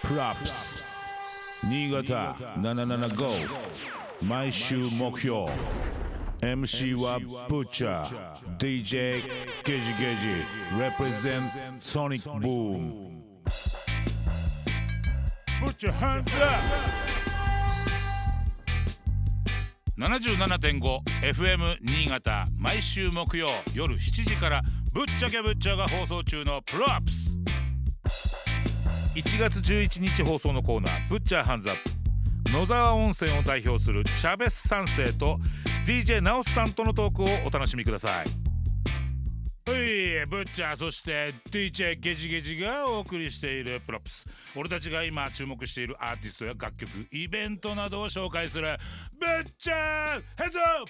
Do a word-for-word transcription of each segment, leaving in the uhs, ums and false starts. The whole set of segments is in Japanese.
プラップス新潟ななななご毎週目標 エムシー はブッチャー ディージェー ゲジゲジ represent Sonic Boom ブッチャーハンズアップ ななじゅうななてんごエフエム 新潟毎週木曜夜しちじからぶっちゃけぶっちゃが放送中のプロアップスいちがつじゅういちにち放送のコーナーぶっちゃハンズアップ野沢温泉を代表するチャベス三世と ディージェー ナオスさんとのトークをお楽しみください。はい、ブッチャーそして ディージェー ゲジゲジがお送りしているプロップス、俺たちが今注目しているアーティストや楽曲イベントなどを紹介するブッチャーヘッドアップ。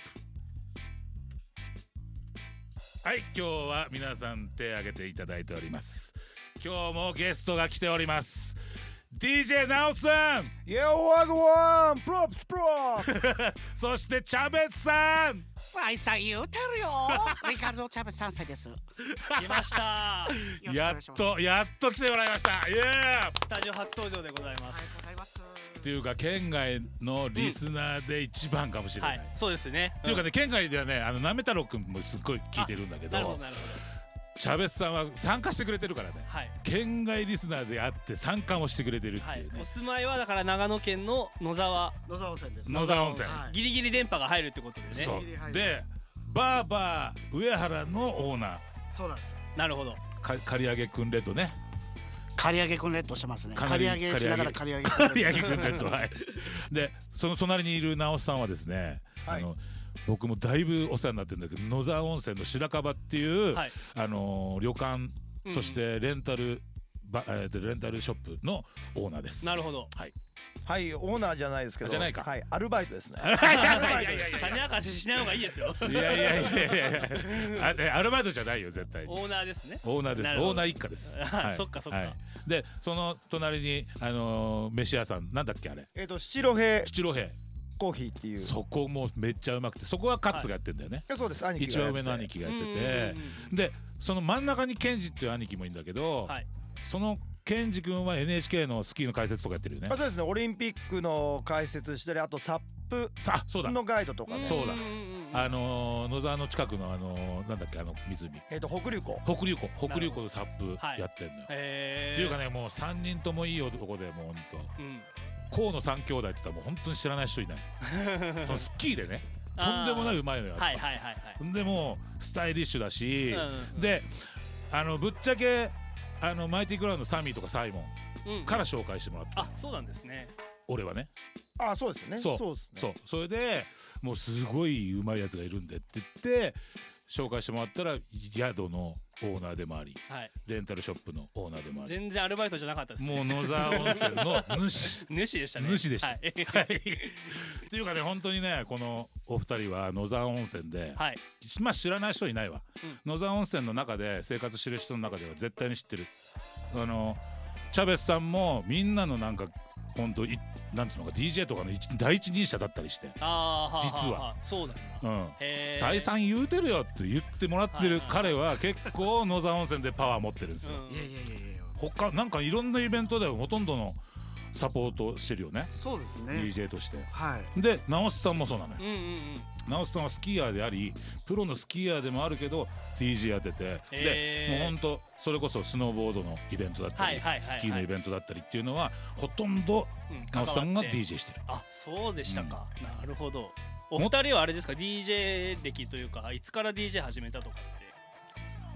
はい、今日は皆さん手挙げていただいております。今日もゲストが来ております。 ディージェー ナオスさん、 いやワゴワンプロップスプロップスそしてチャベツさん、 さいさい言うてるよリカルド・チャベスさんさいです。 来ましたやっとやっと来てもらいました。イエーイ、 スタジオ初登場でございます。 はい、ございます。 っていうか県外のリスナーで一番かもしれない、 はい、そうですね。 っていうかね、県外ではね、あのなめ太郎くんもすっごい聞いてるんだけど、 なるほどなるほど。 チャベスさんは参加してくれてるからね、 はい、 県外リスナーであって参加もしてくれてるっていうね、 はい、お住まいはだから長野県の野沢野沢温泉です。 野沢温泉、 はい、 ギリギリ電波が入るってことでね。 そうでバーバー上原のオーナー、 そうなんです。 なるほど。 か刈り上げくんレッドね、 刈り上げくんレッドしてますね。 かなり刈り上げしながら刈り上げ刈り上げくんレッドはいでその隣にいる直さんはですね、 はい、 あの僕もだいぶお世話になってるんだけど、野沢温泉の白樺っていう、はい、あのー、旅館、うん、そしてレンタルバ、えー、レンタルショップのオーナーです。 なるほど。 はい、 はい、オーナーじゃないですけど、 じゃないか、 はい、アルバイトですね。 いやいやいやいやいや種明かししない方がいいですよ。 いやいやいやいやいや、アルバイトじゃないよ絶対に。 オーナーですね。 オーナーです。オーナー一家です。 はい、そっかそっか、はい、 でその隣にあのー、飯屋さんなんだっけあれ、 えっと七戸平七戸平コーヒーっていう、 そこもめっちゃうまくて、そこはカッツがやってんだよね、 はい、そうです。兄貴一番上の兄貴がやってて、でその真ん中にケンジっていう兄貴もいいんだけど、はい、そのケンジ君は エヌエイチケー のスキーの解説とかやってるよね。 あ、そうですね。オリンピックの解説したり、あとサップのガイドとか、ね、 そうだ、あのー、野沢の近くのあのー、なんだっけあの湖、 えっと北竜湖北竜湖北竜湖のサップやってんのよ、はい、っていうかね、もうさんにんともいい男で、もうほんと、うん、河野三兄弟って言ったらもう本当に知らない人いないそのスキーでね、とんでもない、うまいのよ。 はいはいはいはい。 でもスタイリッシュだし、うんうん、であのぶっちゃけあのマイティクラウンのサミーとかサイモンから紹介してもらって、うんうん、 あ、そうなんですね。 俺はね、 あ、そうですね。 そうそうですね。 そう、それでもうすごいうまいやつがいるんでって言って紹介してもらったら、宿のオーナーでもあり、はい、レンタルショップのオーナーでもあり、 全然アルバイトじゃなかったですね。 もう野沢温泉の主主でしたね。 主でした、 はい、 っていうかね、本当にね、このお二人は野沢温泉で、はい、まあ知らない人いないわ、うん、野沢温泉の中で生活してる人の中では絶対に知ってる。あのチャベスさんもみんなのなんか本当いなんつうのか ディージェー とかの第一人者だったりして、 あー、 実は、 はははそうなんだ、 うん、 へー、 再三言うてるよって言ってもらってる彼は結構野沢温泉でパワー持ってるんですよ、 うん、いやいやいやいや、 他なんかいろんなイベントではほとんどのサポートしてるよね。 そうですね、 ディージェー として、 はい、 で直須さんもそうなのよ、 うんうんうん、 直須さんはスキーヤーでありプロのスキーヤーでもあるけど ディージェー やってて、でもうほんとそれこそスノーボードのイベントだったり、スキーのイベントだったりっていうのはほとんど直須さんが ディージェー してる、 うん、あ、そうでしたか、うん、なるほど。お二人はあれですか、 ディージェー 歴というかいつから ディージェー 始めたとかって？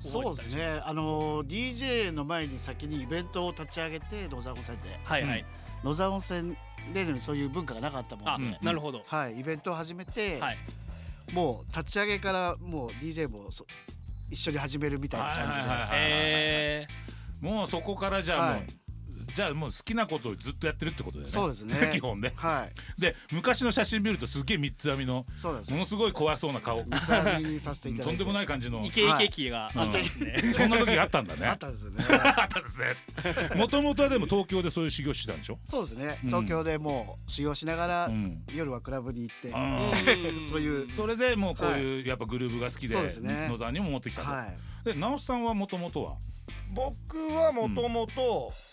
そうですね、あの ディージェー の前に先にイベントを立ち上げて、野沢温泉で、 はいはい、 うん、野沢温泉でそういう文化がなかったもので、 あ、なるほど、 はい、イベントを始めて、はい、もう立ち上げからもう ディージェー もそ一緒に始めるみたいな感じで、 えー、もうそこからじゃあもう、はい、じゃあもう好きなことをずっとやってるってことだよね。 そうですね基本ね、 はい、 で昔の写真見るとすげえ三つ編みのそうです、 ものすごい怖そうな顔、 三つ編みにさせていただいてとんでもない感じのイケイケ期があったんですね、 はい、うん、そんな時があったんだねあったんですねあったんですねもともとはでも東京でそういう修行してたんでしょ？ そうですね、東京でもう修行しながら、うん、夜はクラブに行って、うん、そういうそれでもうこういう、はい、やっぱグルーヴが好きで、 そうですね、 野沢にも持ってきたと、 はい、 で直須さんはもともとは僕はもともと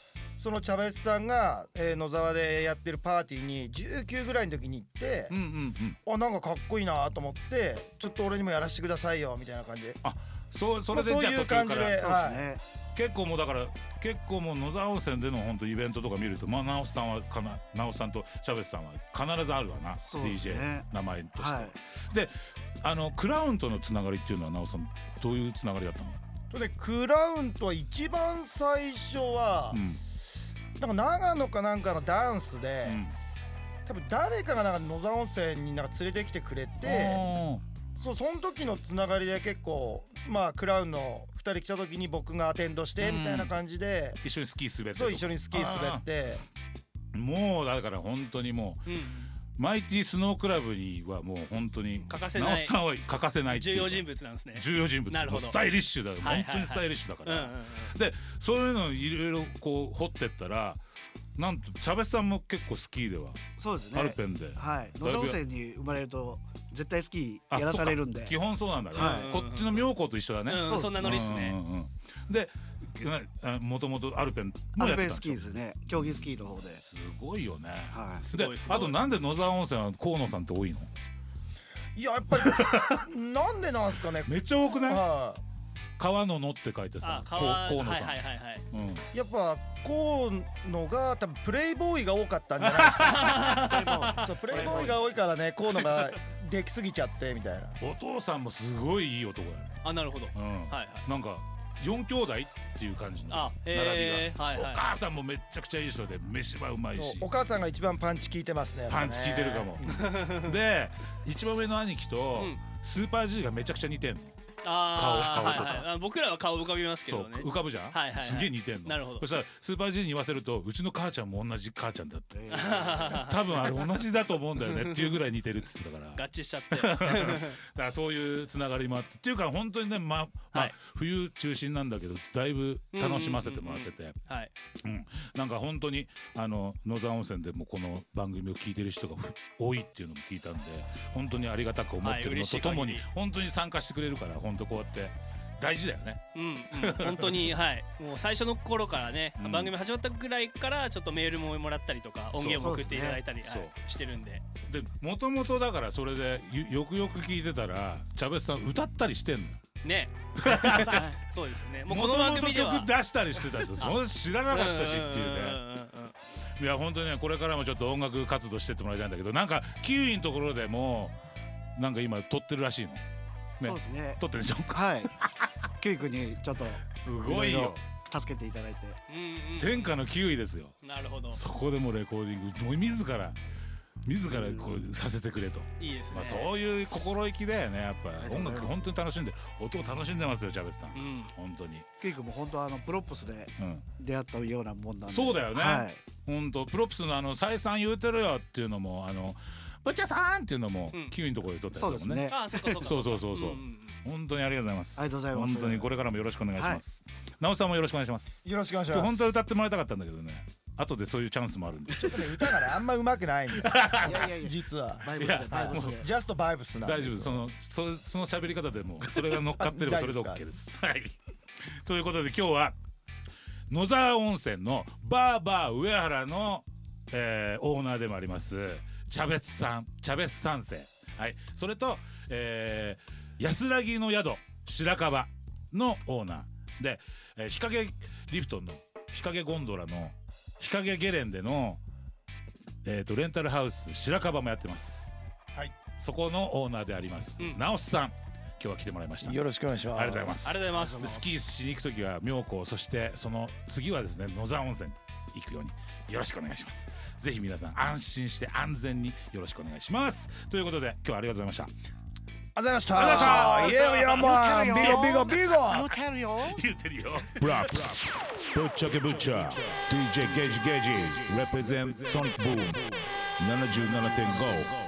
そのチャベスさんが、えー、野沢でやってるパーティーにじゅうきゅうぐらいの時に行って、 うんうんうん、あなんかかっこいいなと思ってちょっと俺にもやらせてくださいよみたいな感じで、 あそうそれで、 まあ、 じゃあ途中からそうですね、 はい、 結構もうだから結構もう野沢温泉での本当イベントとか見るとまあ直さんはかな直さんとチャベスさんは必ずあるわな、 そうですね、 ディージェー 名前として、 はい、 であのクラウンとのつながりっていうのは直さんどういうつながりだったの？ それでクラウンとは一番最初は、うん、なんか長野かなんかのダンスで、うん、多分誰かがなんか野沢温泉になんか連れてきてくれて、そうその時のつながりで結構まあクラウンのふたり来た時に僕がアテンドしてみたいな感じで、 うん、一緒にスキー滑ってそう一緒にスキー滑ってもうだから本当にもう、うん、マイティスノークラブにはもう本当に欠かせない直さんは欠かせない重要人物なんですね。 重要人物、なるほど、スタイリッシュだよ、はいはいはい、本当にスタイリッシュだから、うんうんうん、でそういうのをいろいろこう掘ってったらなんとチャベスさんも結構スキーではそうですね、 アルペンで、 はい、野沢温泉に生まれると絶対スキーやらされるんで基本そうなんだね、 はい、 こっちの妙高と一緒だね、 うん、そうそんなノリっすね、 うんうんうん、でもともとアルペンもやってたんですよ。アルペンスキーですね、競技スキーの方ですごいよね、 はい、 すごいすごい。あとなんで野沢温泉は河野さんって多いの？ いややっぱりなんでなんすかねめっちゃ多くない？ はい、川の野って書いてさ、河野さん、はいはいはいはい、 うん、やっぱ河野が多分プレイボーイが多かったんじゃないですかそうプレイボーイが多いからね河野ができすぎちゃってみたいな。 お父さんもすごいいい男だよね。 あ、なるほど、 うん、 はいはい、 なんかよん兄弟っていう感じの並びが、はいはい、お母さんもめっちゃくちゃいい人で飯はうまいし、 お母さんが一番パンチ効いてます ね, ねパンチ効いてるかもで一番上の兄貴とスーパー G がめちゃくちゃ似てんの、 あ顔顔とか、 はいはい、僕らは顔浮かびますけどね。 そう浮かぶじゃん、はいはいはい、すげえ似てんの。 なるほど。 そしたらスーパー G に言わせるとうちの母ちゃんも同じ母ちゃんだって多分あれ同じだと思うんだよねっていうぐらい似てるって言ってたから合致しちゃってだからそういうつながりもあってっていうか本当にね、ままあはい、冬中心なんだけどだいぶ楽しませてもらってて、うん、なんか本当にあの野沢温泉でもこの番組を聞いてる人が多いっていうのも聞いたんで本当にありがたく思ってるのとともに、はい、本当に参加してくれるから本当こうやって大事だよね。 うん、うん、本当にはい。もう最初の頃からね、うん、番組始まったぐらいからちょっとメールももらったりとか音源も送っていただいたり、ね、はい、してるんで。 でもともとだからそれでよくよく聞いてたらチャベスさん歌ったりしてんの。 ね。そうですよね。 もともと曲出したりしてたけどそれ知らなかったしっていうね。いや本当にねこれからもちょっと音楽活動してってもらいたいんだけどなんかキウイのところでもなんか今撮ってるらしいの。 ね、そうですね。 撮ってるでしょ。 はい。キウイ君にちょっとすごいよ。 助けていただいて。 天下のキウイですよ。 なるほど。 そこでもレコーディングもう自ら自らこうさせてくれと。 いいですね。 まあそういう心意気だよねやっぱ音楽本当に楽しんで音を楽しんでますよチャベスさん。うん、本当に。 キウイ君も本当あのプロップスで出会ったようなもんなんで。 そうだよね。はい、本当プロップスのあの再三言うてるよっていうのもあの。ぶっちゃさんっていうのもキウイのところで撮ったやつだもんね。 あ、そっかそっか。 そうそうそうそう。本当にありがとうございます。 ありがとうございます。 本当にこれからもよろしくお願いします。直さんもよろしくお願いします。 よろしくお願いします。 本当は歌ってもらいたかったんだけどね。後でそういうチャンスもあるんで。 ちょっとね歌がねあんま上手くないんで。いやいやいや実は。 バイブスでバイブスで。 ジャストバイブスなんで。 大丈夫。そのそその喋り方でもそれが乗っかってればそれで OK です。はい。ということで今日は野沢温泉のバーバー上原の、えー、オーナーでもありますチャベスさんチャベス三世。はい、それと、えー、安らぎの宿白樺のオーナーで、えー、日陰リフトの日陰ゴンドラの日陰ゲレンデの、えー、とレンタルハウス白樺もやってます。はい、そこのオーナーであります、うん、直さん今日は来てもらいました。 よろしくお願いします。 ありがとうございます。 ありがとうございます。 スキーしに行くときは妙高そしてその次はですね野沢温泉行くようによろしくお願いします。ぜひ皆さん安心して安全によろしくお願いします。ということで今日はありがとうございました。 ありがとうございました。ありがとうございました。いやいやまあビゴビゴビゴ言うてるよ言うてるよ。 ブラックスぶっちゃけぶっちゃ ディージェー ゲージゲージ represent Sonic Boom ななじゅうななてんご